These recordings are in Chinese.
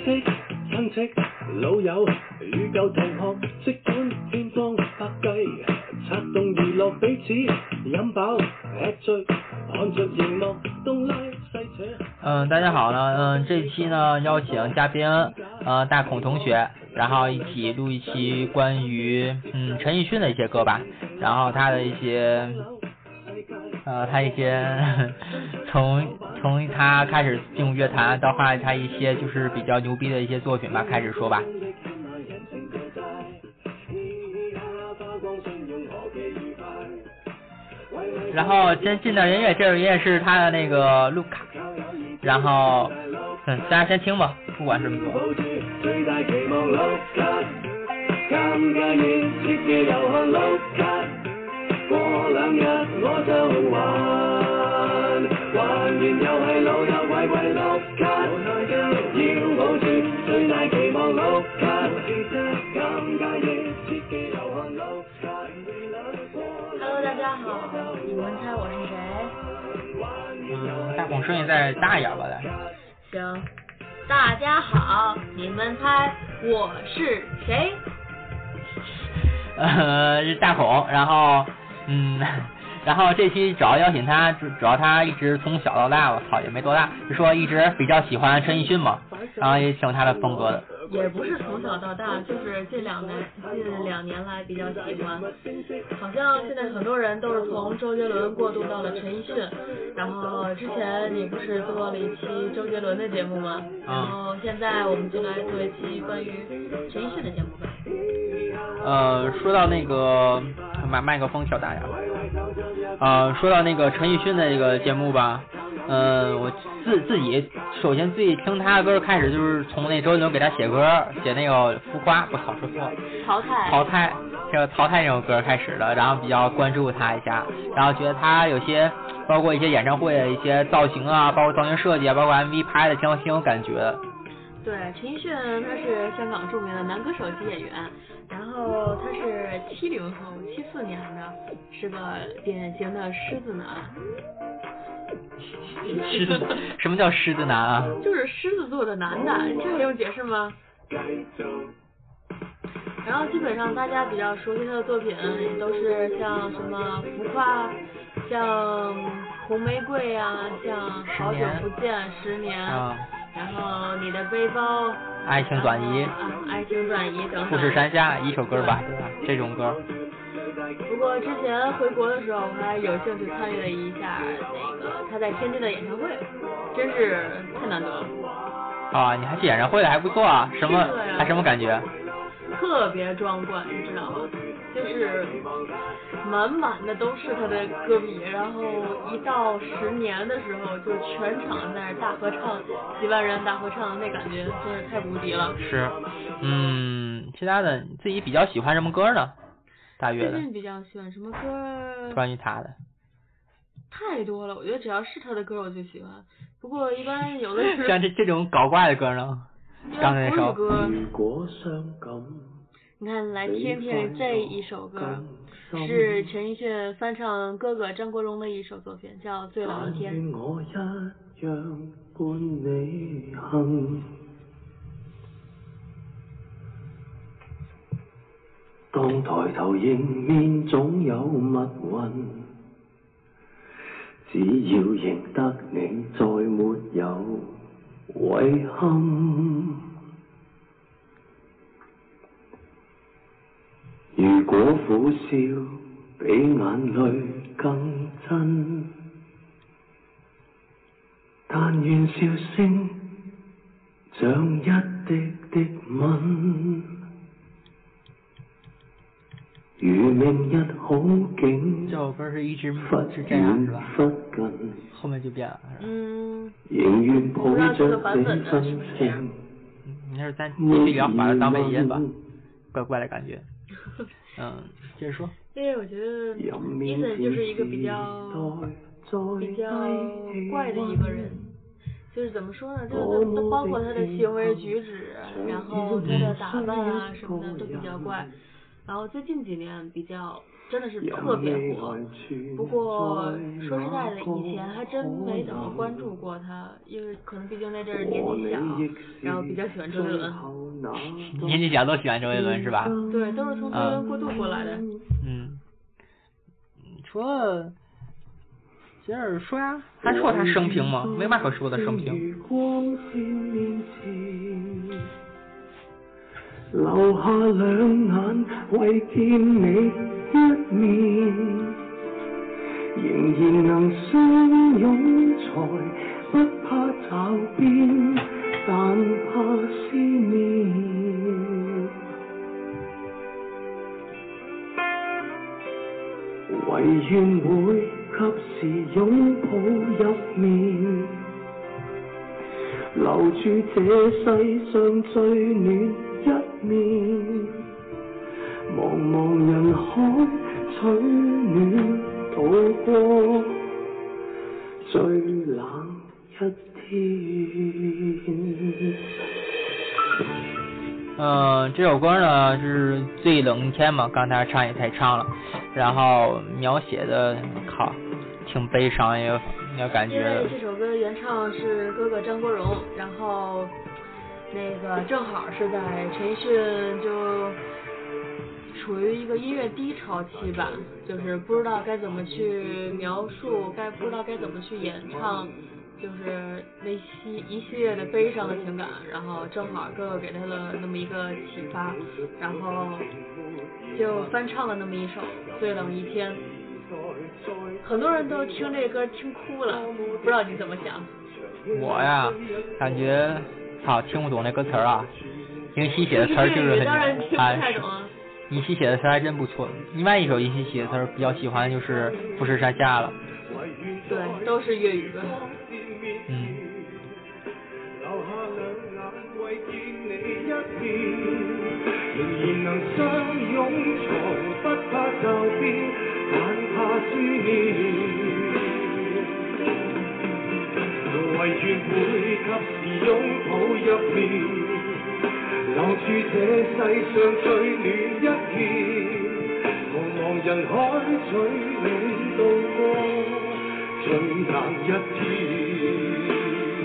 識親戚老友與舊同學，即管天方百計，策動娛樂彼此飲飽吃醉，看着熒幕東拉西扯。 大家好呢，这期呢邀請嘉賓大孔同學，然後一起錄一期關於陳奕迅的一些歌吧，然後他的一些從他開始進入樂壇到後來他一些就是比較牛逼的一些作品吧，開始說吧。然後先進的音樂，這首音樂是他的那個盧卡，然後大家先聽吧，不管什麼歌。 過兩日我就還原又係老友貴貴碌卡，要好處最大期望碌卡，尷尬亦切記流汗碌卡。 Hello， 大家好，你们猜我是谁？ 大孔声音再大一點吧，來。 行，大家好，你们猜我是谁？ 是大孔，然後然後這期主要邀請他，主要他一直從小到大，我操也沒多大，就說一直比較喜歡陳奕迅嘛，然後也喜歡他的風格的。 也不是從小到大，就是近兩年來比較喜歡。好像現在很多人都是從周杰倫過渡到了陳奕迅，然後之前你不是做了一期周杰倫的節目嗎？然後現在我們就來做一期關於陳奕迅的節目吧。 說到那個麥克風調大呀。說到那個陳奕迅的這個節目吧，我自己首先自己聽他的歌開始就是從那周杰倫給他寫歌，寫那個浮誇，不好說錯，淘汰這個淘汰這種歌開始的，然後比較關注他一下，然後覺得他有些包括一些演唱會的一些造型啊，包括造型設計啊，包括 MV 拍的挺有感覺的。 對，陳奕迅他是香港著名的男歌手及演員，然後他是70後74年的，是個典型的獅子男。 獅子？什麼叫獅子男啊？ 就是獅子座的男的，這還用解釋嗎？然後基本上大家比較熟悉他的作品都是像什麼浮誇，像紅玫瑰啊，像好久不見10年。然後你的背包， 愛情轉移， 愛情轉移等等， 富士山下一首歌吧，對吧？這種歌。 不過之前回國的時候，我還有興趣參與了一下那個他在天津的演唱會，真是太難得了。 啊，你還去演唱會了，還不錯啊，什麼感覺？ 特別壯觀，你知道嗎？就是滿滿的都是他的歌迷，然後一到10年的時候，就全場在那大合唱，幾萬人大合唱，那感覺真是太無敵了。 是，其他的你自己比較喜歡什麼歌呢？大約的。 最近比較喜歡什麼歌？ 關於他的。 太多了，我覺得只要是他的歌我就喜歡。不過一般有的是。 像這種搞怪的歌呢？剛才那首。 你看，來聽聽這一首歌，是陳奕迅翻唱哥哥張國榮的一首作品，叫《最冷的天》。 我一樣伴你行，當抬頭迎面總有密雲，只要認得你，再沒有遺憾。如果苦笑比眼淚更真，但願笑聲像一滴滴吻，如明日好景。 這首歌是一直是這樣是吧？後面就變了。 仍願抱着這份情。 你是咱繼續要把它當背音吧，怪怪的感覺。接着說。 因為我覺得Ethan就是一個比較怪的一個人，就是怎麼說呢，就是包括他的行為舉止，然後他的打扮啊什麼的都比較怪，然後最近幾年比較真的是特别火。不过说实在的，以前还真没怎么关注过他，因为可能毕竟那阵儿年纪小，然后比较喜欢周杰伦。 年纪小都喜欢周杰伦是吧？ 对，都是从周杰伦过渡过来的。 除了接着说呀，还说他生平吗？没嘛可说的生平。 留下兩眼為見你一面，仍然能相擁才不怕找邊，但怕思念。唯願會及時擁抱入眠，留住這世上最暖一面，茫茫人海取暖，渡過最冷一天。 这首歌呢是最冷一天嘛，刚才唱也才唱了，然后描写的靠挺悲伤，也感觉。 因为这首歌原唱是哥哥张国荣，然后那个正好是在陈奕迅就处于一个音乐低潮期吧，就是不知道该怎么去描述，不知道该怎么去演唱。就是那一系列的悲伤的情感，然后正好哥哥给他了那么一个启发，然后就翻唱了那么一首《最冷一天》，很多人都听这歌听哭了，不知道你怎么想？ 我呀，感觉听不懂那歌词啊，林夕写的词就是当然听不太懂啊。 林夕写的词还真不错，另外一首林夕写的词比较喜欢就是《富士山下》了。 对，都是粤语歌。 留下兩眼為見你一面，仍然能相擁才不怕驟變，但怕思念。唯願會及時擁抱入眠，留住這世上最暖一片，茫茫人海取暖渡過最冷一天。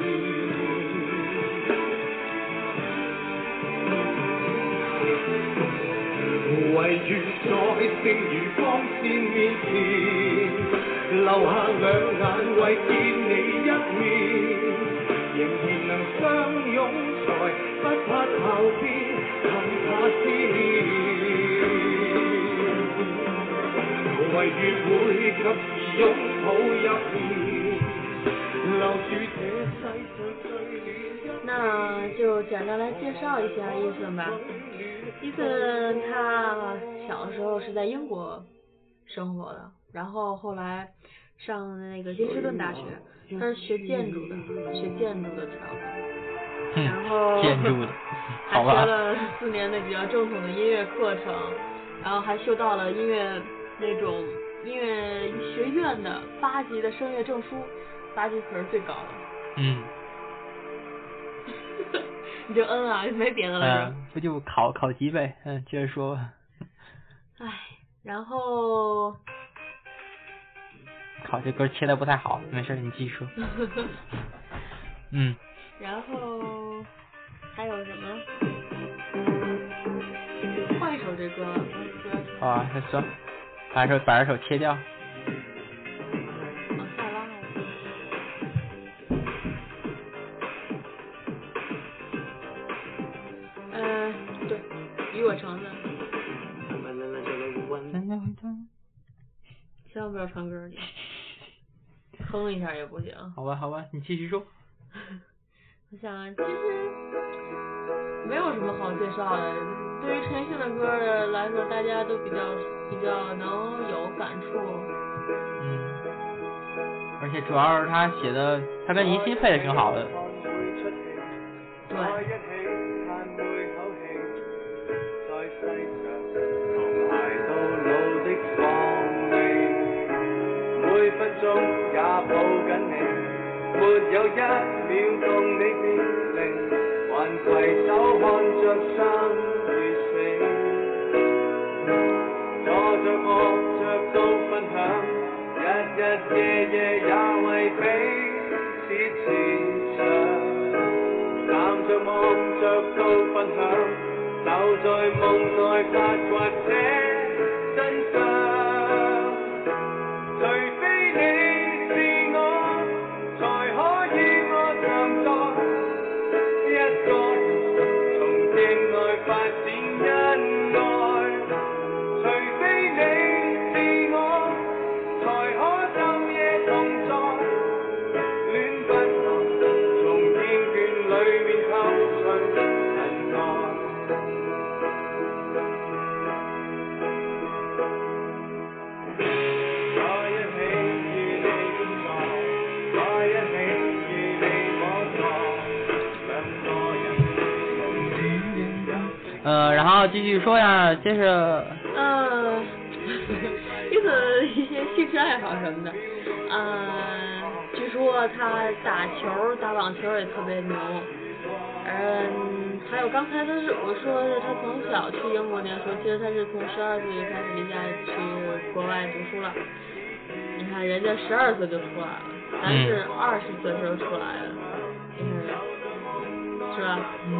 唯願在剩餘光線面前，留下兩眼為見你一面，仍然能相擁才不怕後邊，更怕思念。唯願會及時擁抱入眠，留住這世上最暖一。 那就简单来介绍一下伊森吧。伊森他小的时候是在英国生活的，然后后来上那个金士顿大学，他是学建筑的知道吧？然后建筑的， 还学了4年的比较正统的音乐课程，然后还修到了音乐学院的8级的声乐证书，8级可是最高的。你就啊，没别的了。 不就考级呗？接着说。 唉，然后考这歌切的不太好，没事，你继续说。 然后还有什么？换一首这歌。 啊，那算，把这首切掉。 下拉了。对，与我长的。千万不要唱歌，哼一下也不行。 好吧，你继续说。 我想，其实没有什么好介绍的。对于陈奕迅的歌来说，大家都比较能有感触。 而且主要是他写的，他跟林夕配的挺好的。 对。 每分鐘也抱緊你，沒有1秒共你別離，還攜手看着生與死，坐着我。 夜夜也為彼此持着，站着望着都分享，就在夢內發掘這真相。除非你是我，才可以我常在一個從境內發展恩愛。除非你是我，才可晝夜同在，戀不落，從厭倦裏面扣除恩愛。在一起與你工作，在一起與你可坐，兩個人從自然有。 然后继续说呀，接着伊森一些兴趣爱好什么的，据说他打球、打网球也特别牛。还有刚才我说的，他从小去英国念书，其实他是从12岁就开始离家去国外读书了。你看人家12岁就出来了，咱是20岁时候出来的，你看是吧？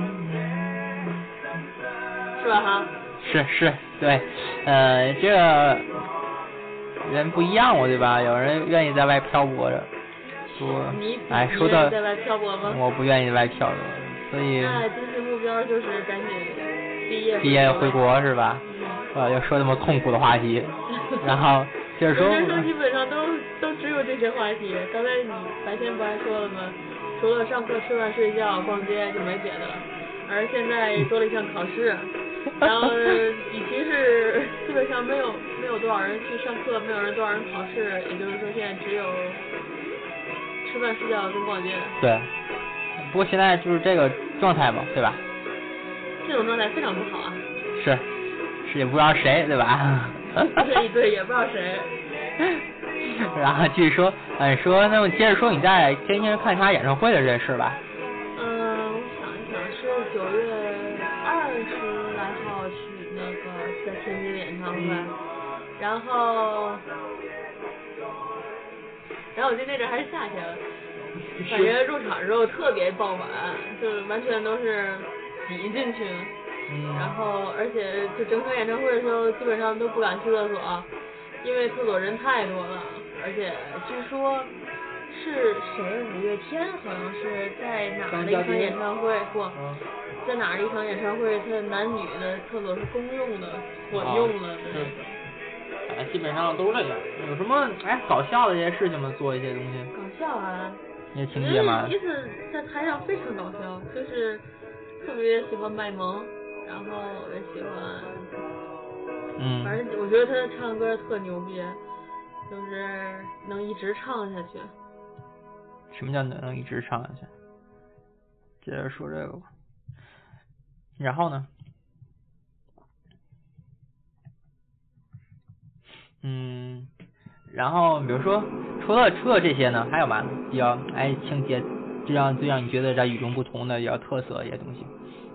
是吧哈？ 是，对，这个人不一样，对吧？有人愿意在外漂泊着， 你说到在外漂泊吗？ 我不愿意在外漂泊，所以那今天目标就是赶紧毕业回国是吧？要说这么痛苦的话题，然后接着说。 人生基本上都只有这些话题。刚才你白天不还说了吗？除了上课、吃饭、睡觉、逛街就没别的了。而现在多了一项考试，然后与其是基本上没有多少人去上课，没有多少人考试，也就是说现在只有吃饭、睡觉跟逛街。对。 不过现在就是这个状态嘛，对吧？ 这种状态非常不好啊。 是也不知道谁，对吧？ 对，也不知道谁。 然后继续说，那么接着说你在天津看他演唱会的这事吧。 我想一想，是9月20来号去那个在天津演唱会，然后我记得那阵还是夏天了，感觉入场之后特别爆满，就完全都是挤进去，然后而且就整场演唱会的时候基本上都不敢去厕所，因为厕所人太多了，而且据说是谁5月天好像是在哪儿的一场演唱会，在哪儿一场演唱会，他男女的厕所是公用的，混用了的那种。 基本上都是这样。有什么搞笑的这些事情吗？做一些东西。 搞笑啊！ 那情节吗？ 意思在台上非常搞笑，就是特别喜欢卖萌，然后也喜欢，反正我觉得他唱歌特牛逼，就是能一直唱下去。 什么叫能一直唱下去？接着说这个吧。然后呢？然后比如说除了这些呢，还有嘛比较情节最让你觉得这与众不同的、比较特色的一些东西？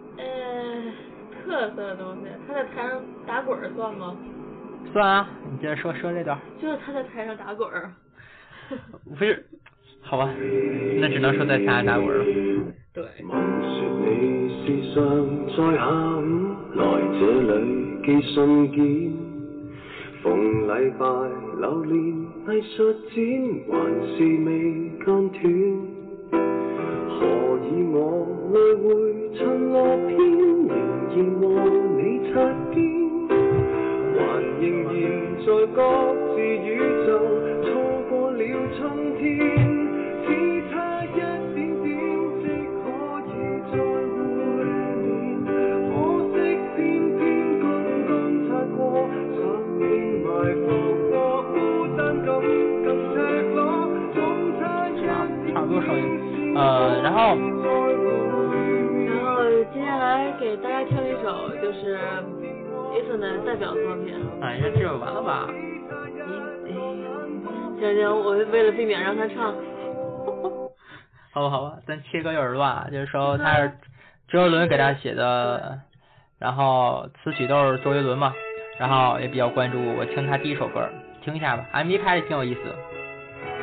特色的东西，他在台上打滚算吗？ 算啊，你接着说这段。 就是他在台上打滚。 不是，好吧，那只能说在台上打滚了。 对。 你是常在下午來這裡寄信件。逢禮拜流連藝術展，還是未間斷。何以我來回巡邏篇，仍然和你擦肩，還仍然在各自宇宙，錯過了春天。只差一點點，即可以再會面，可惜偏偏剛剛擦過。 差不多声音，然后接下来给大家听一首就是Eason的代表作品。 这就完了吧？ 行，我为了避免让他唱。 好吧，咱切割有点乱，就是说他是周杰伦给他写的，然后词曲都是周杰伦嘛。然后也比较关注，我听他第一首歌，听一下吧 ，MV 拍的挺有意思的。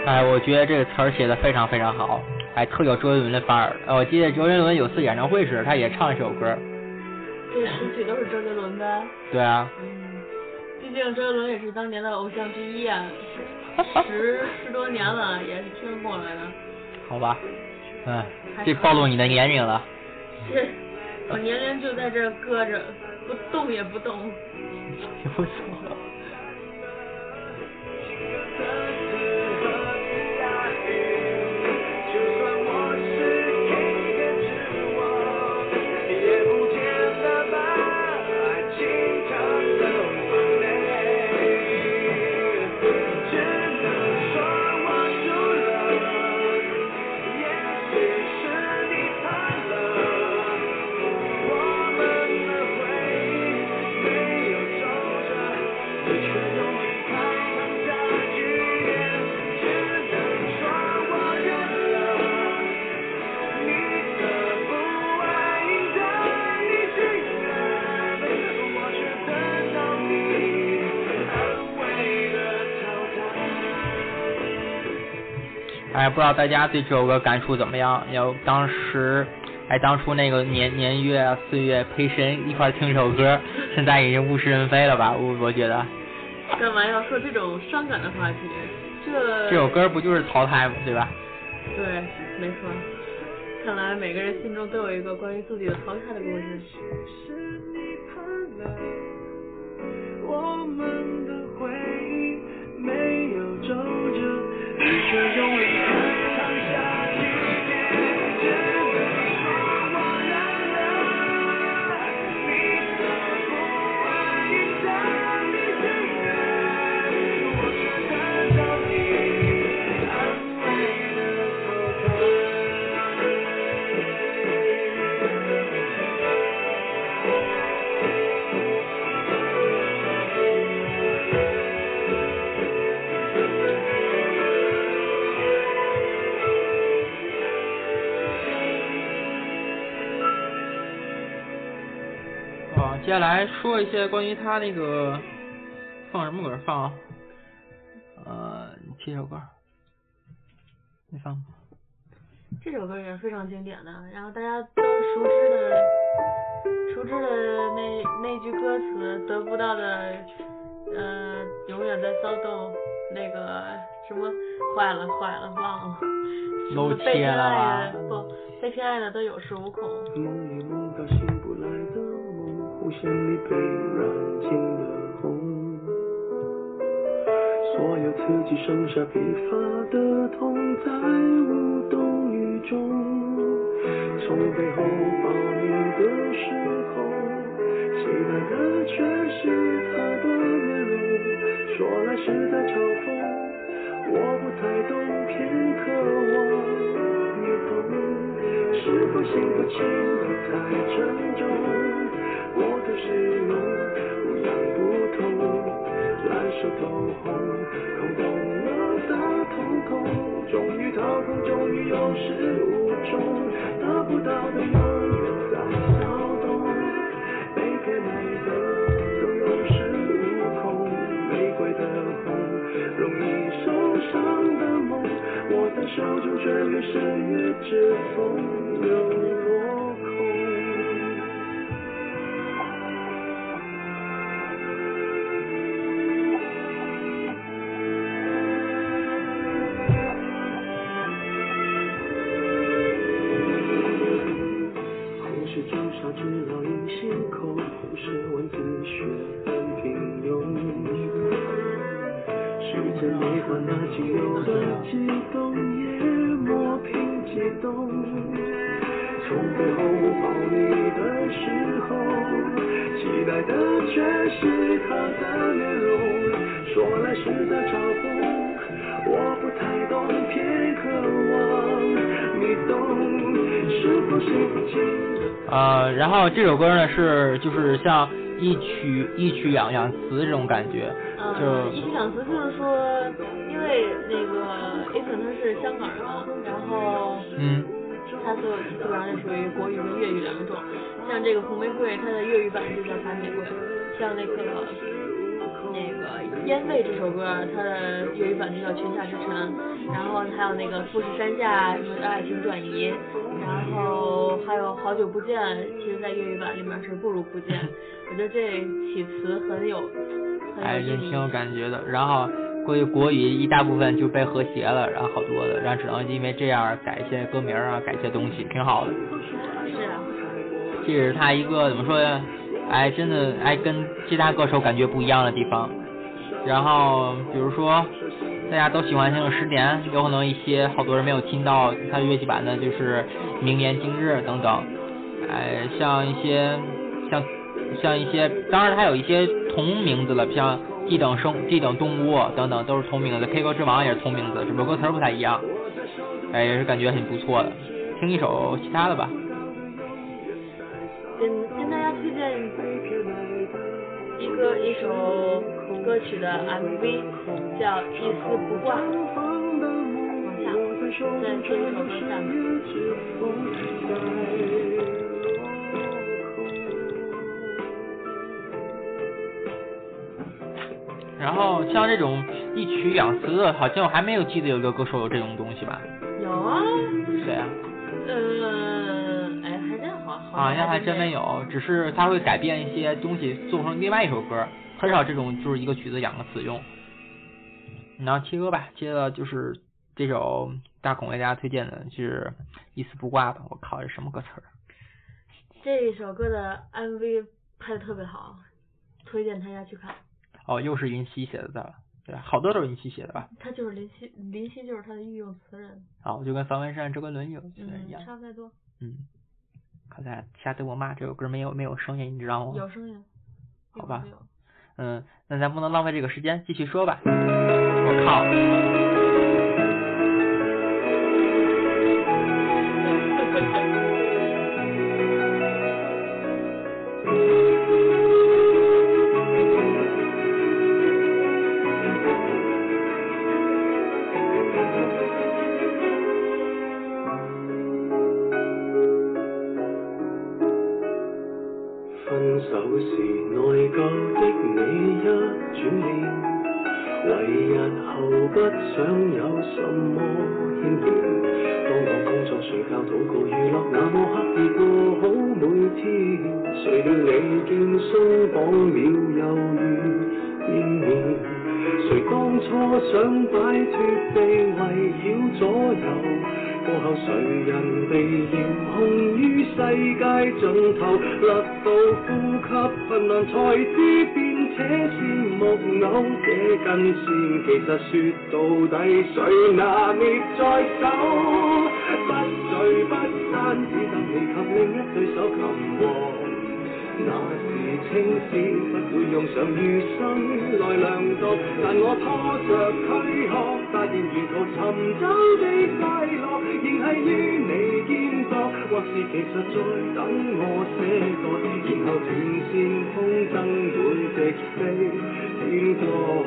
哎，我觉得这个词儿写的非常非常好，哎，特有周杰伦的范儿。我记得周杰伦有次演唱会时，他也唱这首歌。 这词曲都是周杰伦的。 对啊。 毕竟周杰伦也是当年的偶像之一啊，十多年了，也是听过来的。 好吧，这暴露你的年龄了。 是，我年龄就在这搁着，不动也不动。 有错。哎，不知道大家对这首歌感触怎么样？当初那个年月啊岁月陪神一块听首歌，现在已经物是人非了吧？我觉得。 干嘛要说这种伤感的话题？这首歌不就是淘汰吗？对吧？ 对，没错。看来每个人心中都有一个关于自己的淘汰的故事。 我们的回忆没有皱褶，你却用离开烫下句点，只能说我认了，你的不安影响你心愿，我却看到你安慰的淘汰。 接下来说一些关于他那个放什么歌放这首歌你放这首歌也是非常经典的，然后大家都熟知的那句歌词，得不到的永远在骚动，那个什么坏了忘了， 露怯了不被偏爱的都有恃无恐。 梦里梦到醒不来的梦，弧线里被染尽了红，所有刺激剩下疲乏的痛，在无动于衷。从背后抱你的时候，期待的却是他的面容，说来是在嘲讽，我不太懂，偏渴望你懂，是否心不情不太沉重，我的使用不痒不痛，烂熟透红，空洞了的瞳孔，终于掏空，终于有始无终，得不到的永远在骚动，被偏爱的都有恃无恐，玫瑰的红，容易受伤的梦，握在手中却越深越指缝又落空。朱砂痣烙印心口，红是文字血很平庸，时间没换那仅有的激动，也磨平激动，从背后抱你的时候，期待的却是他的面容，说来是在嘲讽，我不太懂，偏渴望你懂，是否心不静。 然后这首歌呢就是像一曲两词这种感觉，就一曲两词就是说，因为那个 Eason 他是香港人嘛，然后他所有基本上就属于国语跟粤语两种，像这个红玫瑰它的粤语版就叫白玫瑰，像那个那个《烟味》这首歌，它的粤语版就叫《泉下之城》，然后还有那个《富士山下》什么《爱情转移》，然后还有《好久不见》，其实在粤语版里面是不如不见。我觉得这起词很有真挺有感觉的。然后国语一大部分就被和谐了，然后好多的，然后只能因为这样改一些歌名啊，改一些东西，挺好的。 是啊。 这是他一个怎么说呀？真的跟其他歌手感觉不一样的地方。然后比如说大家都喜欢听的《十年》，有可能一些好多人没有听到他乐器版的，就是《明年今日》等等。像一些，当然还有一些同名字了，像地等动物等等，都是同名字。K 歌之王也是同名字，只不过歌词不太一样。也是感觉很不错的。听一首其他的吧。 跟大家推荐一首歌曲的 MV， 叫《一丝不挂》，往下，在这一首歌下面。 然后像这种一曲两词的，好像我还没有记得有个歌手有这种东西吧？ 有啊。 谁啊？ 还真好像还真没有，只是他会改变一些东西做成另外一首歌，很少这种就是一个曲子两个词用。然后切歌吧，接着就是这首大孔为大家推荐的是一丝不挂吧。我靠，这什么歌词？ 这一首歌的 MV 拍的特别好，推荐大家去看。 又是云溪写的字了，对吧？好多都是云溪写的吧？ 他就是林夕就是他的御用词人。 就跟方文山、周杰伦有一样。 差不太多。 好在吓得我妈这首歌没有声音，你知道吗？ 有声音。 好吧。那咱不能浪费这个时间，继续说吧。我靠。 分手時內疚的你一轉臉，為日後不想有什麼牽連。當我工作睡覺禱告娛樂那麼刻意過好每天，誰料你竟鬆綁了又遇見面。誰當初想擺脫地圍繞左右，過後誰人被遙控於世界盡頭，勒到呼吸困難才知變且是木偶，這根線其實說到底誰拿捏在手，不聚不散，只得你及另一對手擒獲。那時青史不會用上餘生來量度，但我拖着軀殼，發現沿途尋找的快樂，仍係於你肩膊，或是其實在等我寫過，然後斷線風箏會直飛天國。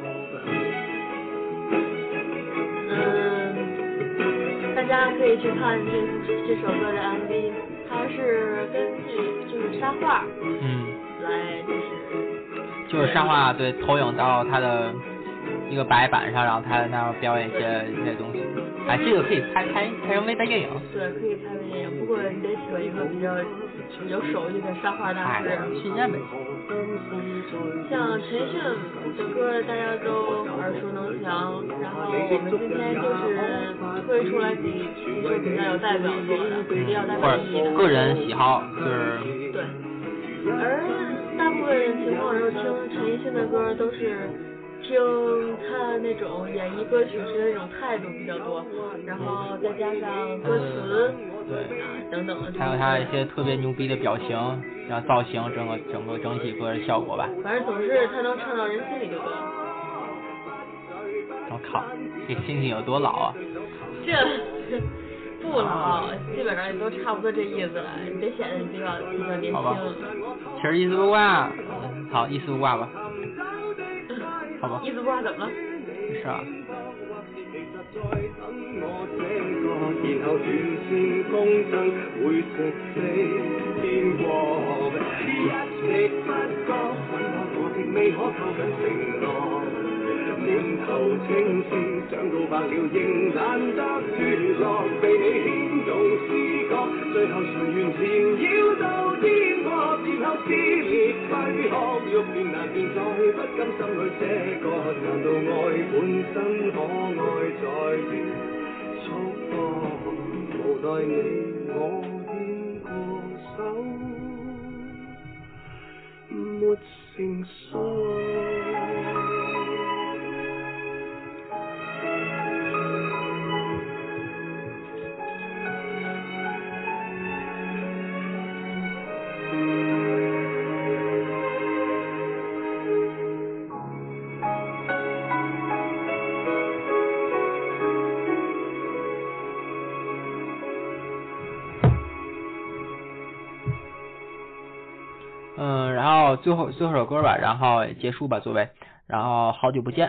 大家可以去看这首歌的 MV， 它是根据就是插画，来就是插画，对，投影到他的一个白板上，然后他在那儿表演一些东西。这个可以拍成微电影。 对，可以拍微电影，不过你得请一个比较有手艺的插画大师。 训练呗。 像陈奕迅的歌大家都耳熟能详，然后我们今天就是推出来几首比较有代表作的，比较代表意义的。 个人喜好就是对，而大部分人情况时候听陈奕迅的歌都是听他那种演绎歌曲时的那种态度比较多，然后再加上歌词，对等等的， 还有他一些特别牛逼的表情，然后造型，整体个人效果吧。 反正总是他能唱到人心里就对了。 我靠，这心情有多老啊？ 这不老，基本上也都差不多这意思了，你得显得你比较年轻。 好吧，其实一丝不挂，好，一丝不挂吧。好吧。 一丝不挂怎么了？ 没事啊。 然後斷線風箏會直飛天國。 亦不覺，許我亦未可靠緊承諾。年頭青絲長到白了，仍難得娛樂，被你牽動思覺，最後誰願纏繞到天國，然後撕裂軀殼，欲變難變，再不甘心裏這個，難道愛本身可愛在於束縛？無奈你我牽過手，沒成熟。 然后最后首歌吧，然后结束吧，作为，然后好久不见，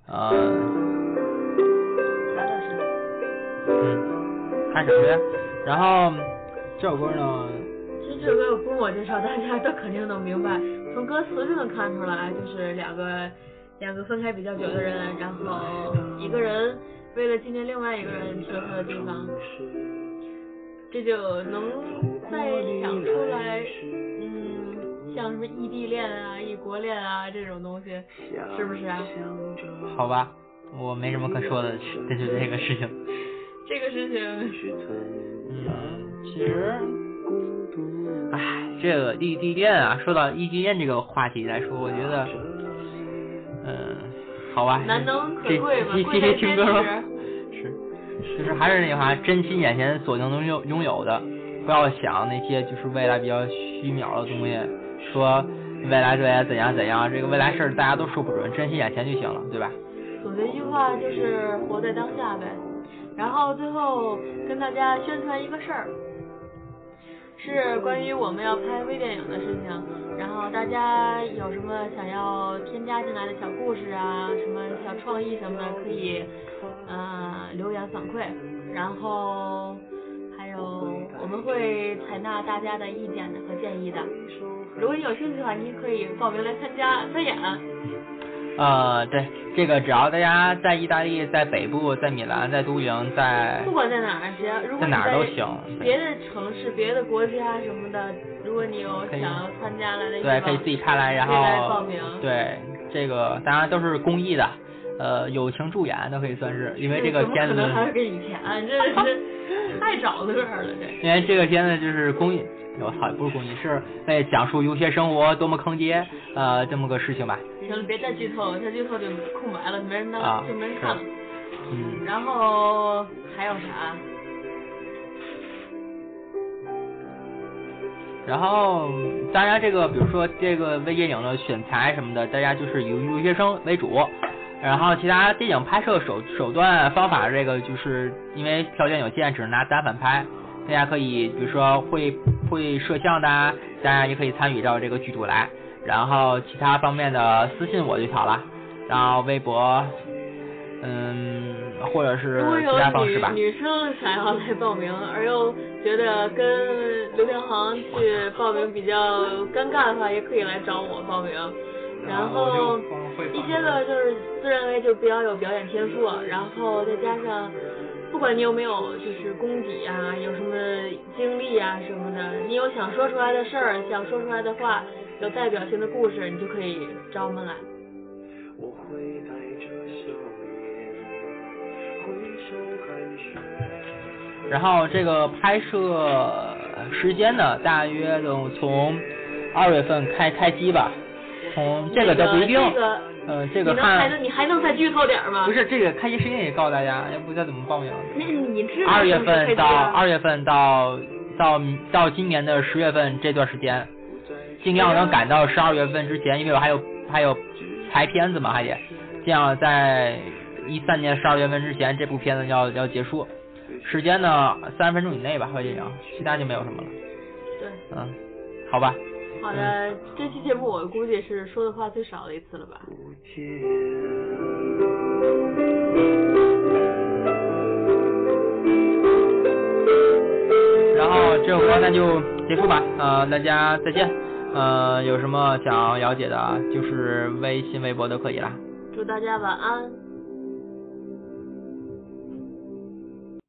看什么呀？然后这首歌呢， 其实这首歌不用我介绍，大家都肯定能明白，从歌词就能看出来，就是两个分开比较久的人，然后一个人为了纪念另外一个人去了他的地方，这就能再想出来，像什么异地恋啊、异国恋啊这种东西，是不是啊？ 好吧，我没什么可说的，这就是这个事情。 这个事情， 其实，这个异地恋啊，说到异地恋这个话题来说，我觉得，好吧， 难能可贵嘛，贵在坚持。 就是还是那句话，珍惜眼前所能拥有的，不要想那些就是未来比较虚渺的东西。说未来对怎样怎样，这个未来事儿大家都说不准，珍惜眼前就行了，对吧？ 总结一句话就是活在当下呗。然后最后跟大家宣传一个事儿，是关于我们要拍微电影的事情。然后大家有什么想要添加进来的小故事啊，什么小创意什么的，可以留言反馈。然后还有我们会采纳大家的意见和建议的。如果你有兴趣的话，你可以报名来参演。 对，这个只要大家在意大利、在北部、在米兰、在都营、在不管在哪儿，只要如果在哪儿都行。 别的城市、别的国家什么的，如果你有想要参加来的， 对，可以自己拍来，然后来报名。 对，这个当然都是公益的，友情助演都可以算是，因为这个片子可能还是给你钱，这是太找乐了这。 因为这个片子就是公益。我操，不是公益，是为讲述游学生活多么坑爹，这么个事情吧。 行了，别再剧透了，再剧透就空白了，没人就没人看了。然后还有啥？ 然后大家这个，比如说这个微电影的选材什么的，大家就是以留学生为主。然后其他电影拍摄手段方法，这个就是因为条件有限，只能拿单反拍。大家可以比如说会摄像的，大家也可以参与到这个剧组来，然后其他方面的私信我就好了，然后微博或者是其他方式吧。 女生想要来报名而又觉得跟刘天航去报名比较尴尬的话，也可以来找我报名。然后一些个就是自认为就比较有表演天赋，然后再加上不管你有没有就是功底啊，有什么经历啊什么的，你有想说出来的事儿，想说出来的话，有代表性的故事，你就可以找我们来。我会带着笑脸挥手寒暄。 然后这个拍摄时间呢，大约都从2月份开机吧，从这个都不一定。这个看你还能再剧透点吗？ 不是，这个开机时间也告诉大家，要不知道怎么报名。 你知道 2月份到今年的10月份这段时间，尽量能赶到12月份之前，因为我还有排片子嘛，还得这样在13年12月份之前，这部片子要结束。时间呢30分钟以内吧，会这样，其他就没有什么了。 对， 好吧。 好的，这期节目我估计是说的话最少的一次了吧。 然后这首歌那就结束吧，大家再见。 有什么想了解的，就是微信、微博都可以啦。 祝大家晚安。